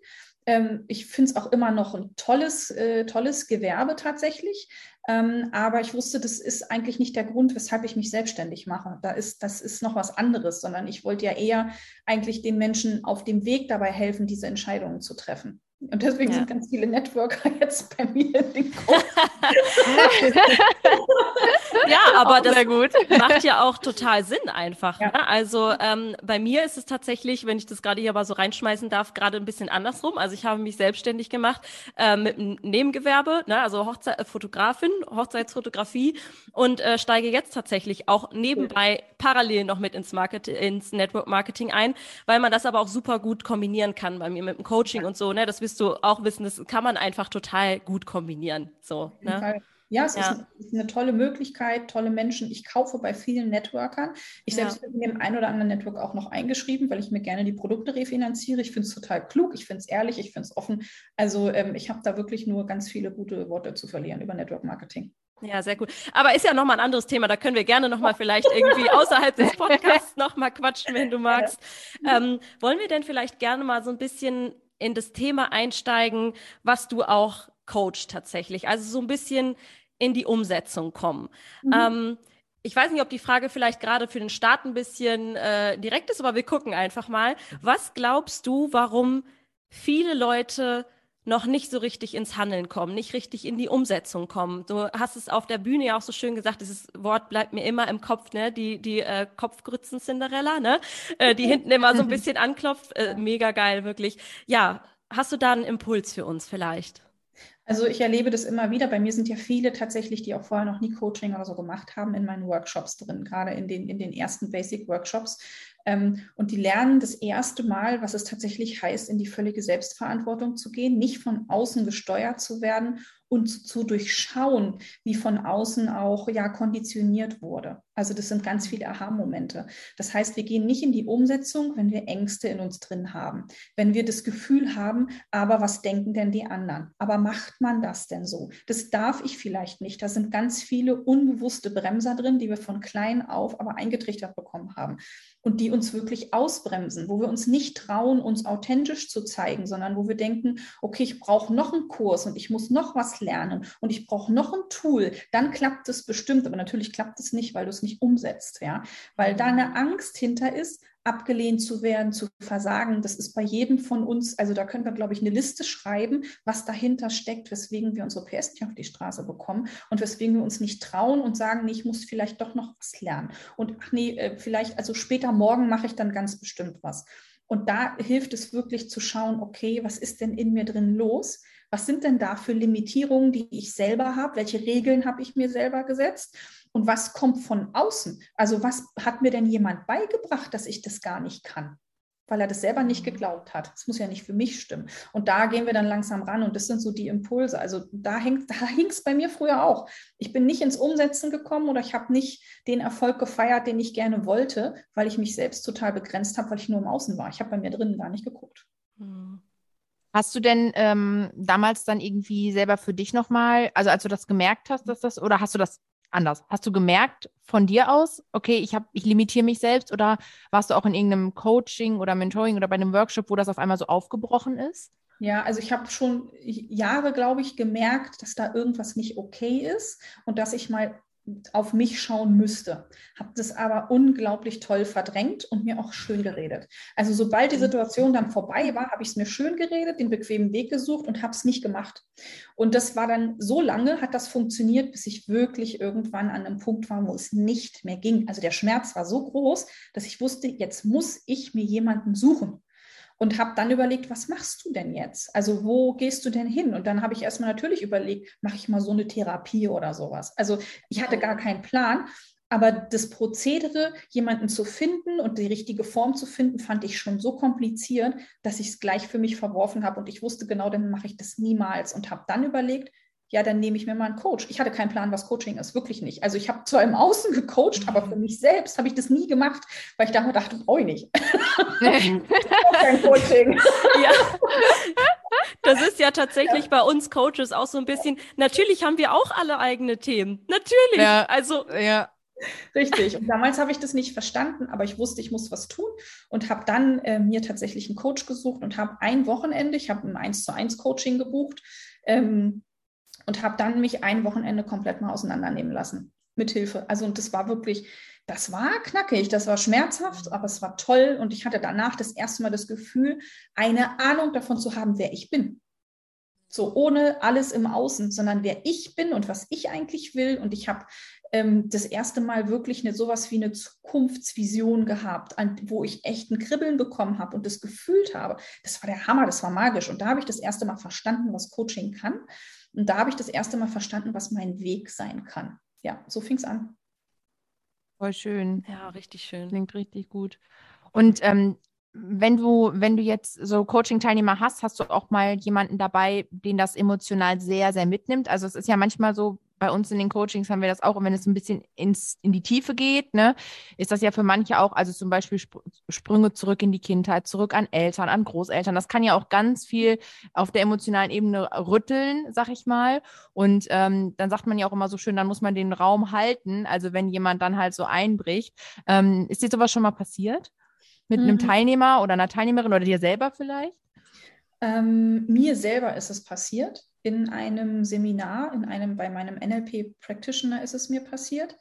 Ich finde es auch immer noch ein tolles Gewerbe tatsächlich. Aber ich wusste, das ist eigentlich nicht der Grund, weshalb ich mich selbstständig mache. Das ist noch was anderes, sondern ich wollte ja eher eigentlich den Menschen auf dem Weg dabei helfen, diese Entscheidungen zu treffen. Und deswegen sind ganz viele Networker jetzt bei mir in den Kurs. Ja, aber das macht ja auch total Sinn einfach. Ja. Ne? Also bei mir ist es tatsächlich, wenn ich das gerade hier aber so reinschmeißen darf, gerade ein bisschen andersrum. Also ich habe mich selbstständig gemacht mit einem Nebengewerbe, ne? Also Fotografin, Hochzeitsfotografie und steige jetzt tatsächlich auch nebenbei parallel noch mit ins Network Marketing ein, weil man das aber auch super gut kombinieren kann bei mir mit dem Coaching und so. Ne? Das wirst du auch wissen, das kann man einfach total gut kombinieren. So, ne? Ja, es ist eine tolle Möglichkeit, tolle Menschen. Ich kaufe bei vielen Networkern. Ich selbst bin in dem einen oder anderen Network auch noch eingeschrieben, weil ich mir gerne die Produkte refinanziere. Ich finde es total klug, ich finde es ehrlich, ich finde es offen. Also ich habe da wirklich nur ganz viele gute Worte zu verlieren über Network Marketing. Ja, sehr gut. Aber ist ja nochmal ein anderes Thema. Da können wir gerne nochmal vielleicht irgendwie außerhalb des Podcasts nochmal quatschen, wenn du magst. Wollen wir denn vielleicht gerne mal so ein bisschen in das Thema einsteigen, was du auch coachst tatsächlich? Also so ein bisschen in die Umsetzung kommen. Ich weiß nicht, ob die Frage vielleicht gerade für den Start ein bisschen direkt ist, aber wir gucken einfach mal. Was glaubst du, warum viele Leute noch nicht so richtig ins Handeln kommen, nicht richtig in die Umsetzung kommen? Du hast es auf der Bühne ja auch so schön gesagt, dieses Wort bleibt mir immer im Kopf, ne? Die Kopfgrützen-Cinderella, ne? Die hinten immer so ein bisschen anklopft. Mega geil, wirklich. Ja, hast du da einen Impuls für uns vielleicht? Also ich erlebe das immer wieder. Bei mir sind ja viele tatsächlich, die auch vorher noch nie Coaching oder so gemacht haben, in meinen Workshops drin, gerade in den ersten Basic-Workshops. Und die lernen das erste Mal, was es tatsächlich heißt, in die völlige Selbstverantwortung zu gehen, nicht von außen gesteuert zu werden und zu durchschauen, wie von außen auch konditioniert wurde. Also das sind ganz viele Aha-Momente. Das heißt, wir gehen nicht in die Umsetzung, wenn wir Ängste in uns drin haben. Wenn wir das Gefühl haben, aber was denken denn die anderen? Aber macht man das denn so? Das darf ich vielleicht nicht. Da sind ganz viele unbewusste Bremser drin, die wir von klein auf aber eingetrichtert bekommen haben und die uns wirklich ausbremsen, wo wir uns nicht trauen, uns authentisch zu zeigen, sondern wo wir denken, okay, ich brauche noch einen Kurs und ich muss noch was lernen und ich brauche noch ein Tool. Dann klappt es bestimmt, aber natürlich klappt es nicht, weil du es nicht umsetzt, ja, weil da eine Angst hinter ist, abgelehnt zu werden, zu versagen. Das ist bei jedem von uns, also da können wir, glaube ich, eine Liste schreiben, was dahinter steckt, weswegen wir unsere PS nicht auf die Straße bekommen und weswegen wir uns nicht trauen und sagen, nee, ich muss vielleicht doch noch was lernen. Und ach nee, vielleicht, also später morgen mache ich dann ganz bestimmt was. Und da hilft es wirklich zu schauen, okay, was ist denn in mir drin los? Was sind denn da für Limitierungen, die ich selber habe? Welche Regeln habe ich mir selber gesetzt? Und was kommt von außen? Also was hat mir denn jemand beigebracht, dass ich das gar nicht kann? Weil er das selber nicht geglaubt hat. Das muss ja nicht für mich stimmen. Und da gehen wir dann langsam ran und das sind so die Impulse. Also da hing es bei mir früher auch. Ich bin nicht ins Umsetzen gekommen oder ich habe nicht den Erfolg gefeiert, den ich gerne wollte, weil ich mich selbst total begrenzt habe, weil ich nur im Außen war. Ich habe bei mir drinnen gar nicht geguckt. Hast du denn damals dann irgendwie selber für dich nochmal, also als du das gemerkt hast, dass das, oder hast du das anders? Hast du gemerkt von dir aus, okay, ich limitiere mich selbst, oder warst du auch in irgendeinem Coaching oder Mentoring oder bei einem Workshop, wo das auf einmal so aufgebrochen ist? Ja, also ich habe schon Jahre, glaube ich, gemerkt, dass da irgendwas nicht okay ist und dass ich mal auf mich schauen müsste. Habe das aber unglaublich toll verdrängt und mir auch schön geredet. Also sobald die Situation dann vorbei war, habe ich es mir schön geredet, den bequemen Weg gesucht und habe es nicht gemacht. Und das war dann so lange, hat das funktioniert, bis ich wirklich irgendwann an einem Punkt war, wo es nicht mehr ging. Also der Schmerz war so groß, dass ich wusste, jetzt muss ich mir jemanden suchen. Und habe dann überlegt, was machst du denn jetzt? Also wo gehst du denn hin? Und dann habe ich erstmal natürlich überlegt, mache ich mal so eine Therapie oder sowas. Also ich hatte gar keinen Plan, aber das Prozedere, jemanden zu finden und die richtige Form zu finden, fand ich schon so kompliziert, dass ich es gleich für mich verworfen habe und ich wusste genau, dann mache ich das niemals und habe dann überlegt, ja, dann nehme ich mir mal einen Coach. Ich hatte keinen Plan, was Coaching ist, wirklich nicht. Also ich habe zwar im Außen gecoacht, aber für mich selbst habe ich das nie gemacht, weil ich dachte, brauche ich nicht. Ich brauche kein Coaching. Ja, das ist ja tatsächlich bei uns Coaches auch so ein bisschen, natürlich haben wir auch alle eigene Themen. Natürlich. Ja, Also, ja. Richtig. Und damals habe ich das nicht verstanden, aber ich wusste, ich muss was tun und habe dann mir tatsächlich einen Coach gesucht und habe ein Wochenende, ich habe ein 1:1 Coaching gebucht, und habe dann mich ein Wochenende komplett mal auseinandernehmen lassen mit Hilfe. Also und das war wirklich, das war knackig, das war schmerzhaft, aber es war toll und ich hatte danach das erste Mal das Gefühl, eine Ahnung davon zu haben, wer ich bin. So ohne alles im Außen, sondern wer ich bin und was ich eigentlich will. Und ich habe das erste Mal wirklich sowas wie eine Zukunftsvision gehabt, wo ich echt ein Kribbeln bekommen habe und das gefühlt habe. Das war der Hammer, das war magisch. Und da habe ich das erste Mal verstanden, was Coaching kann. Und da habe ich das erste Mal verstanden, was mein Weg sein kann. Ja, so fing es an. Voll schön. ja, richtig schön. Klingt richtig gut. Und wenn du jetzt so Coaching-Teilnehmer hast, hast du auch mal jemanden dabei, den das emotional sehr, sehr mitnimmt? Also es ist ja manchmal so, bei uns in den Coachings haben wir das auch, und wenn es ein bisschen in die Tiefe geht, ne, ist das ja für manche auch, also zum Beispiel Sprünge zurück in die Kindheit, zurück an Eltern, an Großeltern. Das kann ja auch ganz viel auf der emotionalen Ebene rütteln, sag ich mal. Und dann sagt man ja auch immer so schön, dann muss man den Raum halten. Also wenn jemand dann halt so einbricht. Ist dir sowas schon mal passiert? Mit einem Teilnehmer oder einer Teilnehmerin oder dir selber vielleicht? Mir selber ist es passiert. In einem Seminar, bei meinem NLP-Practitioner ist es mir passiert.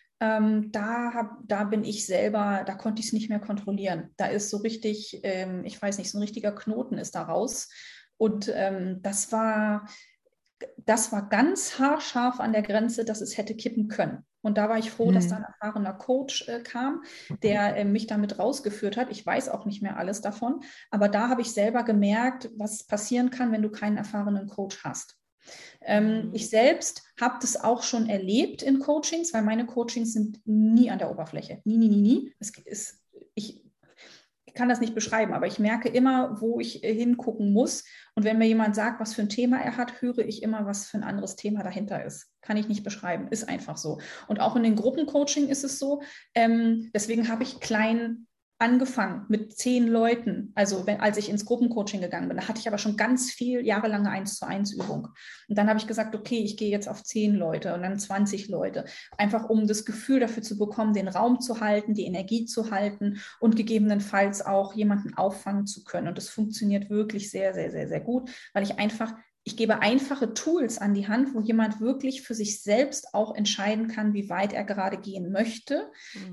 Da bin ich selber, da konnte ich es nicht mehr kontrollieren. Da ist so richtig, ich weiß nicht, so ein richtiger Knoten ist da raus. Und das war ganz haarscharf an der Grenze, dass es hätte kippen können. Und da war ich froh, dass da ein erfahrener Coach kam, der mich damit rausgeführt hat. Ich weiß auch nicht mehr alles davon, aber da habe ich selber gemerkt, was passieren kann, wenn du keinen erfahrenen Coach hast. Ich selbst habe das auch schon erlebt in Coachings, weil meine Coachings sind nie an der Oberfläche. Nie, nie, nie, nie. kann das nicht beschreiben, aber ich merke immer, wo ich hingucken muss. Und wenn mir jemand sagt, was für ein Thema er hat, höre ich immer, was für ein anderes Thema dahinter ist. Kann ich nicht beschreiben, ist einfach so. Und auch in den Gruppencoaching ist es so. Deswegen habe ich klein angefangen mit 10 Leuten. Also als ich ins Gruppencoaching gegangen bin, da hatte ich aber schon ganz viel jahrelange 1:1 Übung. Und dann habe ich gesagt, okay, ich gehe jetzt auf 10 Leute und dann 20 Leute. Einfach um das Gefühl dafür zu bekommen, den Raum zu halten, die Energie zu halten und gegebenenfalls auch jemanden auffangen zu können. Und das funktioniert wirklich sehr, sehr, sehr, sehr gut, weil ich gebe einfache Tools an die Hand, wo jemand wirklich für sich selbst auch entscheiden kann, wie weit er gerade gehen möchte,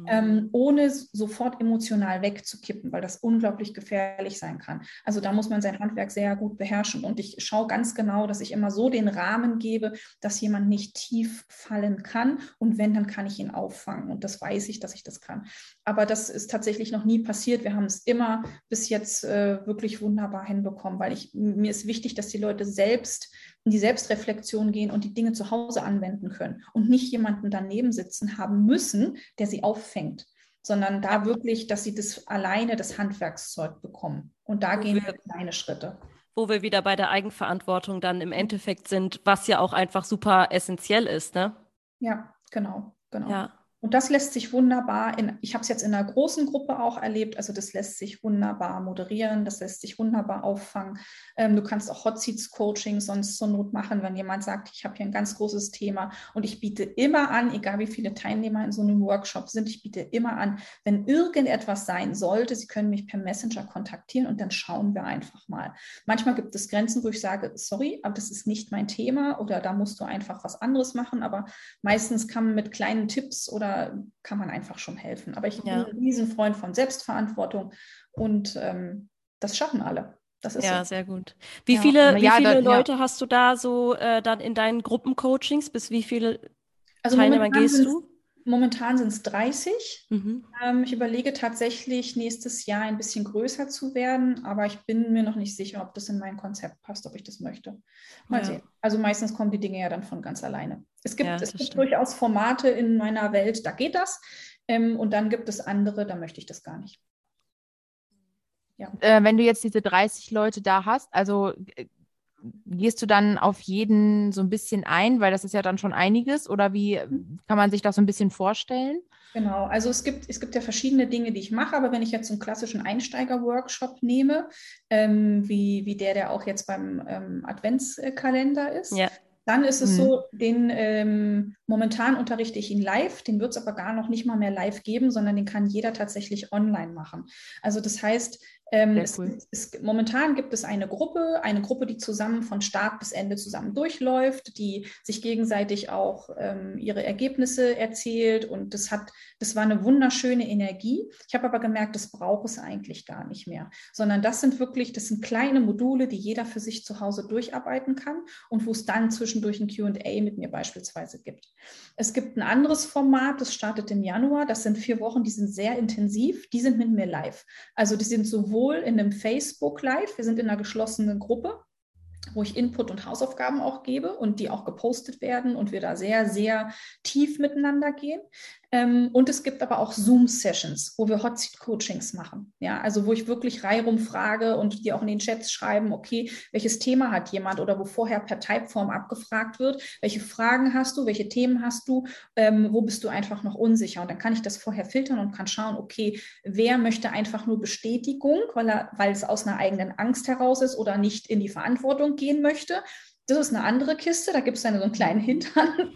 ohne sofort emotional wegzukippen, weil das unglaublich gefährlich sein kann. Also da muss man sein Handwerk sehr gut beherrschen. Und ich schaue ganz genau, dass ich immer so den Rahmen gebe, dass jemand nicht tief fallen kann. Und wenn, dann kann ich ihn auffangen. Und das weiß ich, dass ich das kann. Aber das ist tatsächlich noch nie passiert. Wir haben es immer bis jetzt wirklich wunderbar hinbekommen, weil mir ist wichtig, dass die Leute selbst in die Selbstreflexion gehen und die Dinge zu Hause anwenden können und nicht jemanden daneben sitzen haben müssen, der sie auffängt, sondern da wirklich, dass sie das Handwerkszeug bekommen. Und da gehen wir kleine Schritte. Wo wir wieder bei der Eigenverantwortung dann im Endeffekt sind, was ja auch einfach super essentiell ist, ne? Ja, genau. Ja. Und das lässt sich wunderbar, ich habe es jetzt in einer großen Gruppe auch erlebt, also das lässt sich wunderbar moderieren, das lässt sich wunderbar auffangen. Du kannst auch Hot Seats Coaching sonst zur Not machen, wenn jemand sagt, ich habe hier ein ganz großes Thema und ich biete immer an, egal wie viele Teilnehmer in so einem Workshop sind, ich biete immer an, wenn irgendetwas sein sollte, Sie können mich per Messenger kontaktieren und dann schauen wir einfach mal. Manchmal gibt es Grenzen, wo ich sage, sorry, aber das ist nicht mein Thema oder da musst du einfach was anderes machen, aber meistens kann man mit kleinen Tipps oder kann man einfach schon helfen. Aber ich bin ein Riesenfreund von Selbstverantwortung und das schaffen alle. Das ist so. Sehr gut. Wie viele Leute hast du da so dann in deinen Gruppencoachings? Bis wie viele Teilnehmer gehst du? Momentan sind es 30. Mhm. Ich überlege tatsächlich, nächstes Jahr ein bisschen größer zu werden, aber ich bin mir noch nicht sicher, ob das in mein Konzept passt, ob ich das möchte. Mal sehen. Also meistens kommen die Dinge ja dann von ganz alleine. Es gibt durchaus Formate in meiner Welt, da geht das. Und dann gibt es andere, da möchte ich das gar nicht. Ja. Wenn du jetzt diese 30 Leute da hast, also gehst du dann auf jeden so ein bisschen ein, weil das ist ja dann schon einiges, oder wie kann man sich das so ein bisschen vorstellen? Genau, also es gibt ja verschiedene Dinge, die ich mache, aber wenn ich jetzt einen klassischen Einsteiger-Workshop nehme, wie der auch jetzt beim Adventskalender ist, dann ist es so, momentan unterrichte ich ihn live, den wird es aber gar noch nicht mal mehr live geben, sondern den kann jeder tatsächlich online machen. Also das heißt, momentan gibt es eine Gruppe, die zusammen von Start bis Ende zusammen durchläuft, die sich gegenseitig auch ihre Ergebnisse erzählt und das war eine wunderschöne Energie. Ich habe aber gemerkt, das braucht es eigentlich gar nicht mehr, sondern das sind kleine Module, die jeder für sich zu Hause durcharbeiten kann und wo es dann zwischendurch ein Q&A mit mir beispielsweise gibt. Es gibt ein anderes Format, das startet im Januar, das sind 4 Wochen, die sind sehr intensiv, die sind mit mir live. Also die sind sowohl in einem Facebook Live, wir sind in einer geschlossenen Gruppe, wo ich Input und Hausaufgaben auch gebe und die auch gepostet werden und wir da sehr, sehr tief miteinander gehen. Und es gibt aber auch Zoom-Sessions, wo wir Hot-Seat-Coachings machen. Ja, also wo ich wirklich reihum frage und die auch in den Chats schreiben, okay, welches Thema hat jemand oder wo vorher per Typeform abgefragt wird, welche Fragen hast du, welche Themen hast du, wo bist du einfach noch unsicher? Und dann kann ich das vorher filtern und kann schauen, okay, wer möchte einfach nur Bestätigung, weil es aus einer eigenen Angst heraus ist oder nicht in die Verantwortung gehen möchte. Das ist eine andere Kiste, da gibt es dann so einen kleinen Hintern.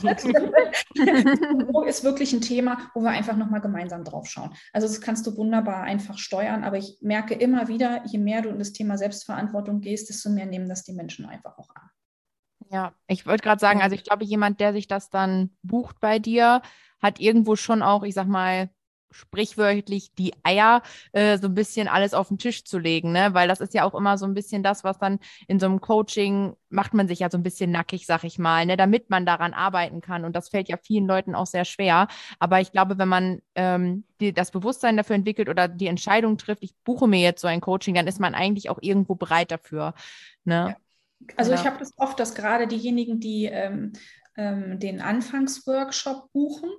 Wo ist wirklich ein Thema, wo wir einfach nochmal gemeinsam drauf schauen. Also das kannst du wunderbar einfach steuern, aber ich merke immer wieder, je mehr du in das Thema Selbstverantwortung gehst, desto mehr nehmen das die Menschen einfach auch an. Ja, ich wollte gerade sagen, also ich glaube, jemand, der sich das dann bucht bei dir, hat irgendwo schon auch, ich sag mal, sprichwörtlich die Eier, so ein bisschen alles auf den Tisch zu legen, ne? Weil das ist ja auch immer so ein bisschen das, was dann in so einem Coaching macht man sich ja so ein bisschen nackig, sag ich mal, ne? Damit man daran arbeiten kann. Und das fällt ja vielen Leuten auch sehr schwer. Aber ich glaube, wenn man das Bewusstsein dafür entwickelt oder die Entscheidung trifft, ich buche mir jetzt so ein Coaching, dann ist man eigentlich auch irgendwo bereit dafür, ne? Ja. Also ich habe das oft, dass gerade diejenigen, die den Anfangsworkshop buchen,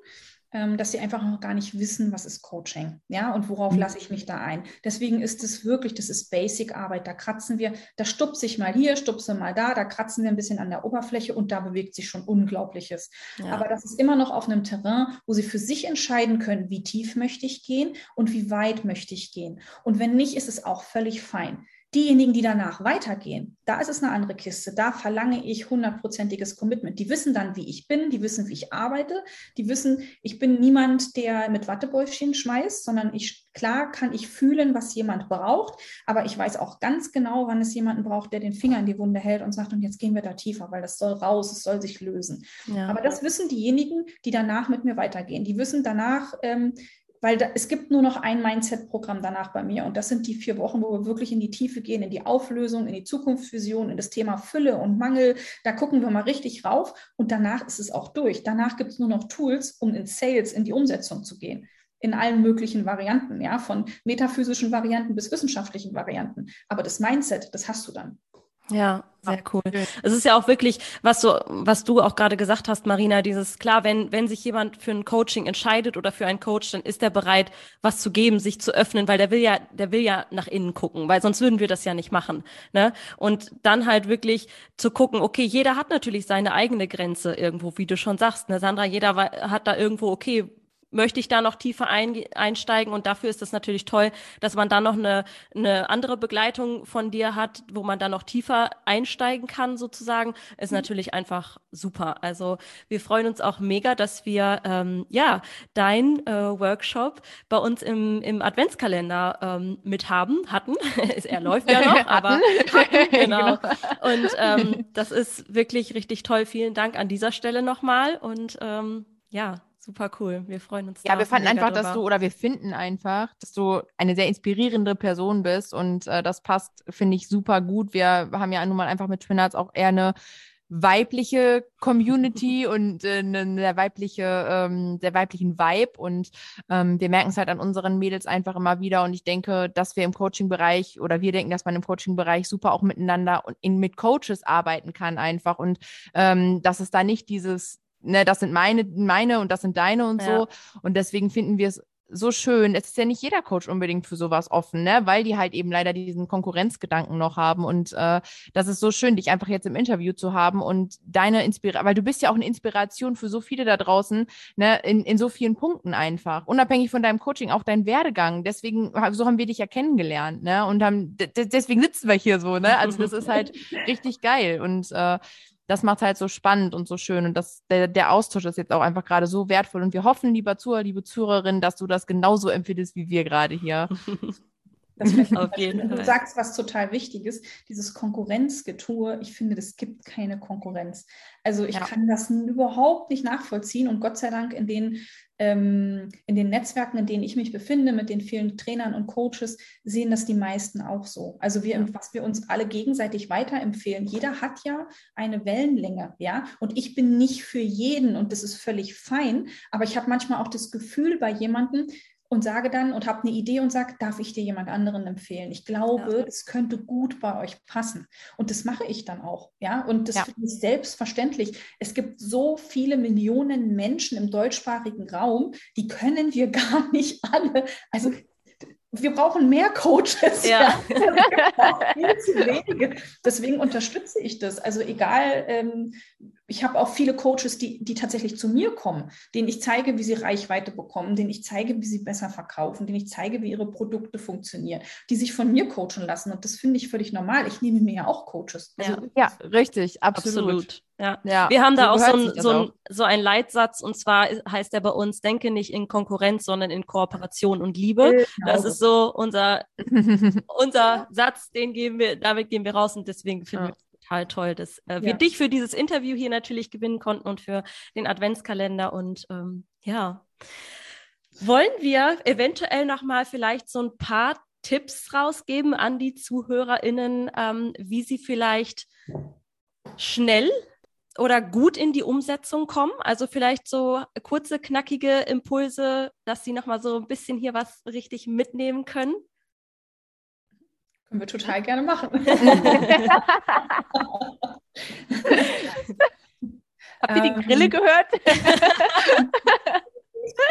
dass sie einfach noch gar nicht wissen, was ist Coaching, ja, und worauf lasse ich mich da ein. Deswegen ist es wirklich, das ist Basic-Arbeit, da kratzen wir, da stupse ich mal hier, stupse mal da kratzen wir ein bisschen an der Oberfläche und da bewegt sich schon Unglaubliches. Ja. Aber das ist immer noch auf einem Terrain, wo sie für sich entscheiden können, wie tief möchte ich gehen und wie weit möchte ich gehen. Und wenn nicht, ist es auch völlig fein. Diejenigen, die danach weitergehen, da ist es eine andere Kiste. Da verlange ich 100%iges Commitment. Die wissen dann, wie ich bin, die wissen, wie ich arbeite, die wissen, ich bin niemand, der mit Wattebäuschen schmeißt, sondern klar kann ich fühlen, was jemand braucht, aber ich weiß auch ganz genau, wann es jemanden braucht, der den Finger in die Wunde hält und sagt, und jetzt gehen wir da tiefer, weil das soll raus, es soll sich lösen. Ja. Aber das wissen diejenigen, die danach mit mir weitergehen. Die wissen danach, weil es gibt nur noch ein Mindset-Programm danach bei mir und das sind die 4 Wochen, wo wir wirklich in die Tiefe gehen, in die Auflösung, in die Zukunftsvision, in das Thema Fülle und Mangel. Da gucken wir mal richtig rauf und danach ist es auch durch. Danach gibt es nur noch Tools, um in Sales, in die Umsetzung zu gehen. In allen möglichen Varianten, ja, von metaphysischen Varianten bis wissenschaftlichen Varianten. Aber das Mindset, das hast du dann. Ja, sehr cool. Es ist ja auch wirklich, was du auch gerade gesagt hast, Marina, klar, wenn sich jemand für ein Coaching entscheidet oder für einen Coach, dann ist er bereit, was zu geben, sich zu öffnen, weil der will ja nach innen gucken, weil sonst würden wir das ja nicht machen, ne? Und dann halt wirklich zu gucken, okay, jeder hat natürlich seine eigene Grenze irgendwo, wie du schon sagst, ne, Sandra, jeder hat da irgendwo, okay, möchte ich da noch tiefer einsteigen und dafür ist es natürlich toll, dass man da noch eine andere Begleitung von dir hat, wo man da noch tiefer einsteigen kann sozusagen, ist natürlich einfach super. Also wir freuen uns auch mega, dass wir dein Workshop bei uns im Adventskalender hatten. Er läuft ja noch, aber genau. Und das ist wirklich richtig toll. Vielen Dank an dieser Stelle nochmal und super cool. Wir freuen uns. Ja, wir fanden einfach, wir finden einfach, dass du eine sehr inspirierende Person bist und das passt, finde ich, super gut. Wir haben ja nun mal einfach mit Twin Hearts auch eher eine weibliche Community und einen sehr weiblichen Vibe und wir merken es halt an unseren Mädels einfach immer wieder und ich denke, dass wir im Coaching-Bereich oder wir denken, dass man im Coaching-Bereich super auch miteinander und mit Coaches arbeiten kann einfach und dass es da nicht dieses das sind meine und das sind deine und so. Und deswegen finden wir es so schön. Es ist ja nicht jeder Coach unbedingt für sowas offen, ne? Weil die halt eben leider diesen Konkurrenzgedanken noch haben. Und das ist so schön, dich einfach jetzt im Interview zu haben und deine Inspiration, weil du bist ja auch eine Inspiration für so viele da draußen, ne? In so vielen Punkten einfach. Unabhängig von deinem Coaching, auch dein Werdegang. Deswegen, so haben wir dich ja kennengelernt, ne? Und deswegen sitzen wir hier so, ne? Also das ist halt richtig geil. Und das macht halt so spannend und so schön und der Austausch ist jetzt auch einfach gerade so wertvoll und wir hoffen, liebe Zuhörerin, dass du das genauso empfindest wie wir gerade hier. Das auf jeden Fall. Du sagst was total Wichtiges, dieses Konkurrenzgetue, ich finde, es gibt keine Konkurrenz. Also ich kann das überhaupt nicht nachvollziehen und Gott sei Dank in den Netzwerken, in denen ich mich befinde, mit den vielen Trainern und Coaches, sehen das die meisten auch so. Also was wir uns alle gegenseitig weiterempfehlen, jeder hat ja eine Wellenlänge, ja, und ich bin nicht für jeden und das ist völlig fein, aber ich habe manchmal auch das Gefühl bei jemandem, und sage dann und habe eine Idee und sage, darf ich dir jemand anderen empfehlen? Ich glaube, es könnte gut bei euch passen. Und das mache ich dann auch. Ja? Und das finde ich selbstverständlich. Es gibt so viele Millionen Menschen im deutschsprachigen Raum, die können wir gar nicht alle. Also wir brauchen mehr Coaches. Ja. Viel zu wenige. Deswegen unterstütze ich das. Also egal, ich habe auch viele Coaches, die tatsächlich zu mir kommen, denen ich zeige, wie sie Reichweite bekommen, denen ich zeige, wie sie besser verkaufen, denen ich zeige, wie ihre Produkte funktionieren, die sich von mir coachen lassen. Und das finde ich völlig normal. Ich nehme mir ja auch Coaches. Also, ja, richtig, absolut. Ja. Wir haben da auch so einen Leitsatz und zwar heißt der bei uns, denke nicht in Konkurrenz, sondern in Kooperation und Liebe. Genau. Das ist so unser Satz, damit gehen wir raus und deswegen finden wir total toll, dass wir dich für dieses Interview hier natürlich gewinnen konnten und für den Adventskalender und wollen wir eventuell nochmal vielleicht so ein paar Tipps rausgeben an die ZuhörerInnen, wie sie vielleicht schnell oder gut in die Umsetzung kommen? Also vielleicht so kurze, knackige Impulse, dass sie nochmal so ein bisschen hier was richtig mitnehmen können? Können wir total gerne machen. Habt ihr die Grille gehört?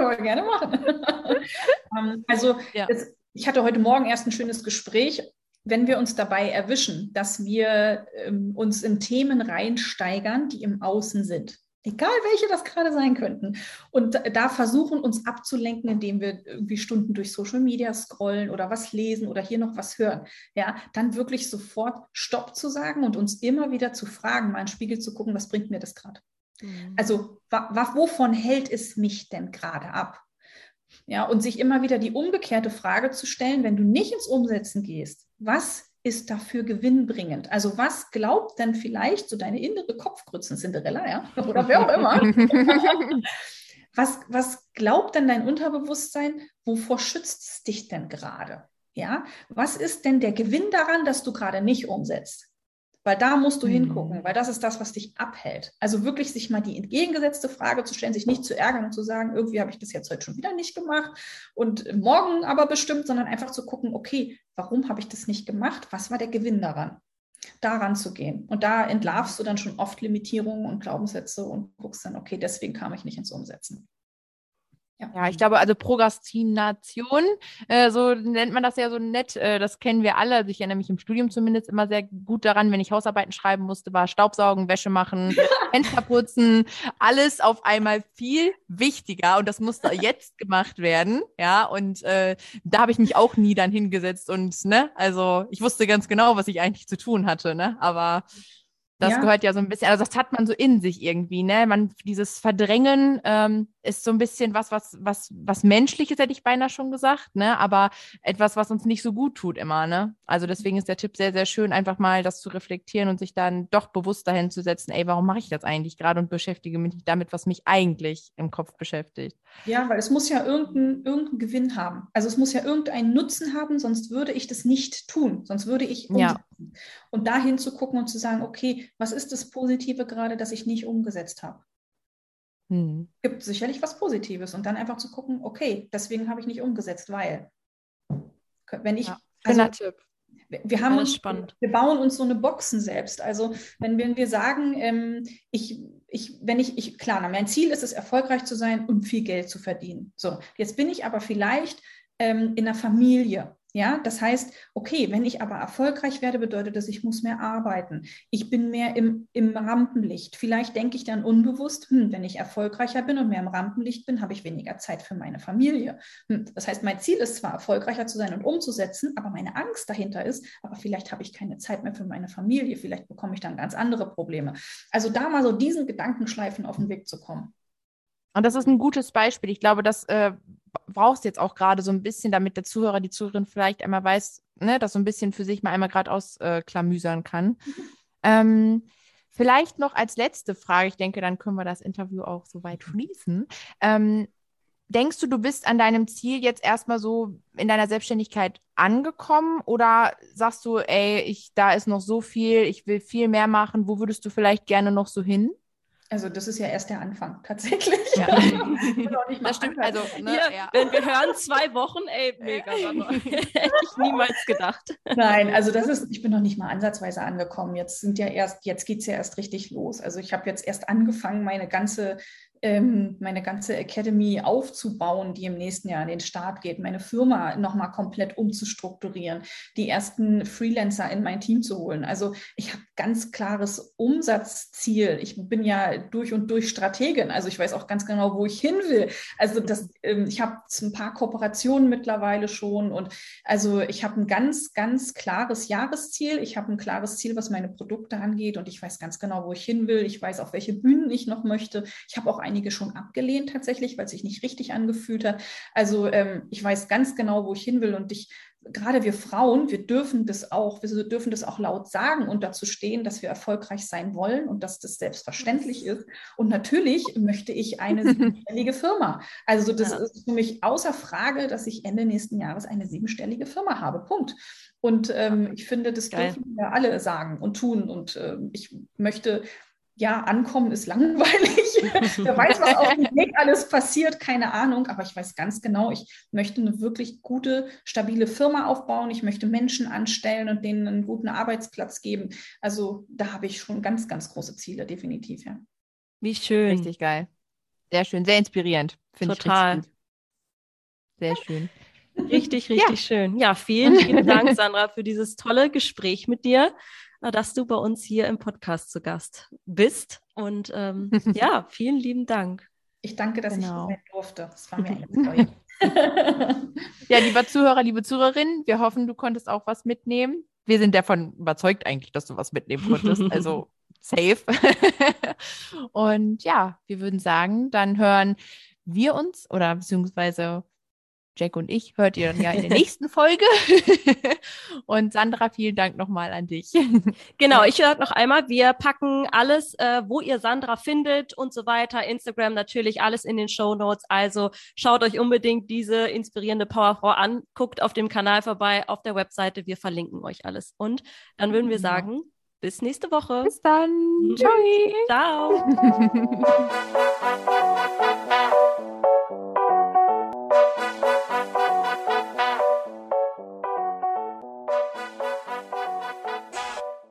Können wir gerne machen. Also Ja. ich hatte heute Morgen erst ein schönes Gespräch. Wenn wir uns dabei erwischen, dass wir uns in Themen reinsteigern, die im Außen sind, egal welche das gerade sein könnten, und da versuchen, uns abzulenken, indem wir irgendwie Stunden durch Social Media scrollen oder was lesen oder hier noch was hören, ja, dann wirklich sofort Stopp zu sagen und uns immer wieder zu fragen, mal in den Spiegel zu gucken, was bringt mir das gerade? Also wovon hält es mich denn gerade ab? Ja, und sich immer wieder die umgekehrte Frage zu stellen, wenn du nicht ins Umsetzen gehst, was ist dafür gewinnbringend? Also was glaubt denn vielleicht so deine innere Kopfgrützen, Cinderella, ja, oder wer auch immer, was glaubt denn dein Unterbewusstsein, wovor schützt es dich denn gerade? Ja, was ist denn der Gewinn daran, dass du gerade nicht umsetzt? Weil da musst du hingucken, weil das ist das, was dich abhält. Also wirklich sich mal die entgegengesetzte Frage zu stellen, sich nicht zu ärgern und zu sagen, irgendwie habe ich das jetzt heute schon wieder nicht gemacht und morgen aber bestimmt, sondern einfach zu gucken, okay, warum habe ich das nicht gemacht? Was war der Gewinn daran? Daran zu gehen. Und da entlarvst du dann schon oft Limitierungen und Glaubenssätze und guckst dann, okay, deswegen kam ich nicht ins Umsetzen. Ja, ich glaube, also Prokrastination, so nennt man das ja so nett, das kennen wir alle. Also ich erinnere mich im Studium zumindest immer sehr gut daran, wenn ich Hausarbeiten schreiben musste, war Staubsaugen, Wäsche machen, Fenster putzen, alles auf einmal viel wichtiger und das musste jetzt gemacht werden, ja, und da habe ich mich auch nie dann hingesetzt und, ne, also ich wusste ganz genau, was ich eigentlich zu tun hatte, ne, aber das gehört ja so ein bisschen, also das hat man so in sich irgendwie, ne? Dieses Verdrängen ist so ein bisschen was Menschliches, hätte ich beinahe schon gesagt, ne? Aber etwas, was uns nicht so gut tut immer, ne? Also deswegen ist der Tipp sehr, sehr schön, einfach mal das zu reflektieren und sich dann doch bewusst dahin zu setzen, ey, warum mache ich das eigentlich gerade und beschäftige mich damit, was mich eigentlich im Kopf beschäftigt. Ja, weil es muss ja irgendeinen Gewinn haben. Also es muss ja irgendeinen Nutzen haben, sonst würde ich das nicht tun. Sonst würde ich umsetzen. Und dahin zu gucken und zu sagen, okay, was ist das Positive gerade, das ich nicht umgesetzt habe? Gibt sicherlich was Positives. Und dann einfach zu gucken, okay, deswegen habe ich nicht umgesetzt, weil wenn ich, schöner Tipp. Wir haben wir bauen uns so eine Boxen selbst. Also wenn wir sagen, klar, mein Ziel ist es, erfolgreich zu sein und viel Geld zu verdienen. So, jetzt bin ich aber vielleicht in einer Familie. Ja, das heißt, okay, wenn ich aber erfolgreich werde, bedeutet das, ich muss mehr arbeiten. Ich bin mehr im Rampenlicht. Vielleicht denke ich dann unbewusst, wenn ich erfolgreicher bin und mehr im Rampenlicht bin, habe ich weniger Zeit für meine Familie. Das heißt, mein Ziel ist zwar, erfolgreicher zu sein und umzusetzen, aber meine Angst dahinter ist, aber vielleicht habe ich keine Zeit mehr für meine Familie. Vielleicht bekomme ich dann ganz andere Probleme. Also da mal so diesen Gedankenschleifen auf den Weg zu kommen. Und das ist ein gutes Beispiel. Ich glaube, das brauchst du jetzt auch gerade so ein bisschen, damit der Zuhörer, die Zuhörerin vielleicht einmal weiß, ne, das so ein bisschen für sich mal einmal gerade ausklamüsern kann. Vielleicht noch als letzte Frage, ich denke, dann können wir das Interview auch soweit schließen. Denkst du, du bist an deinem Ziel jetzt erstmal so in deiner Selbstständigkeit angekommen oder sagst du, ey, da ist noch so viel, ich will viel mehr machen, wo würdest du vielleicht gerne noch so hin? Also das ist ja erst der Anfang, tatsächlich. Ja. Das stimmt, also, ne, ja. Wenn wir hören 2 Wochen, ey, mega, hätte ich niemals gedacht. Nein, also ich bin noch nicht mal ansatzweise angekommen. Jetzt geht es ja erst richtig los. Also ich habe jetzt erst angefangen, meine ganze Academy aufzubauen, die im nächsten Jahr an den Start geht, meine Firma nochmal komplett umzustrukturieren, die ersten Freelancer in mein Team zu holen. Also ich habe ganz klares Umsatzziel. Ich bin ja durch und durch Strategin, also ich weiß auch ganz genau, wo ich hin will. Also ich habe ein paar Kooperationen mittlerweile schon und also ich habe ein ganz, ganz klares Jahresziel. Ich habe ein klares Ziel, was meine Produkte angeht und ich weiß ganz genau, wo ich hin will. Ich weiß, auf welche Bühnen ich noch möchte. Ich habe auch einige schon abgelehnt tatsächlich, weil es sich nicht richtig angefühlt hat. Also ich weiß ganz genau, wo ich hin will und gerade wir Frauen, wir dürfen das auch laut sagen und dazu stehen, dass wir erfolgreich sein wollen und dass das selbstverständlich ist. Und natürlich möchte ich eine 7-stellige Firma. Also das ist für mich außer Frage, dass ich Ende nächsten Jahres eine 7-stellige Firma habe. Punkt. Und ich finde, das dürfen wir alle sagen und tun. Und ich möchte ankommen ist langweilig. Wer weiß, was auf dem Weg alles passiert, keine Ahnung. Aber ich weiß ganz genau, ich möchte eine wirklich gute, stabile Firma aufbauen. Ich möchte Menschen anstellen und denen einen guten Arbeitsplatz geben. Also da habe ich schon ganz, ganz große Ziele, definitiv, ja. Wie schön. Richtig geil. Sehr schön, sehr inspirierend. Total. Sehr schön. Richtig, richtig schön. Ja, vielen lieben Dank, Sandra, für dieses tolle Gespräch mit dir, dass du bei uns hier im Podcast zu Gast bist. Und ja, vielen lieben Dank. Ich danke, dass ich hier Genau. sein durfte. Das war mir eine Freude. Ja, lieber Zuhörer, liebe Zuhörerin, wir hoffen, du konntest auch was mitnehmen. Wir sind davon überzeugt eigentlich, dass du was mitnehmen konntest. Also safe. Und ja, wir würden sagen, dann hören wir uns oder beziehungsweise Jack und ich hört ihr dann ja in der nächsten Folge. Und Sandra, vielen Dank nochmal an dich. Genau, ich sage noch einmal, wir packen alles, wo ihr Sandra findet und so weiter, Instagram natürlich, alles in den Shownotes. Also schaut euch unbedingt diese inspirierende Powerfrau an, guckt auf dem Kanal vorbei, auf der Webseite, wir verlinken euch alles. Und dann würden wir sagen, bis nächste Woche. Bis dann. Ciao. Ciao.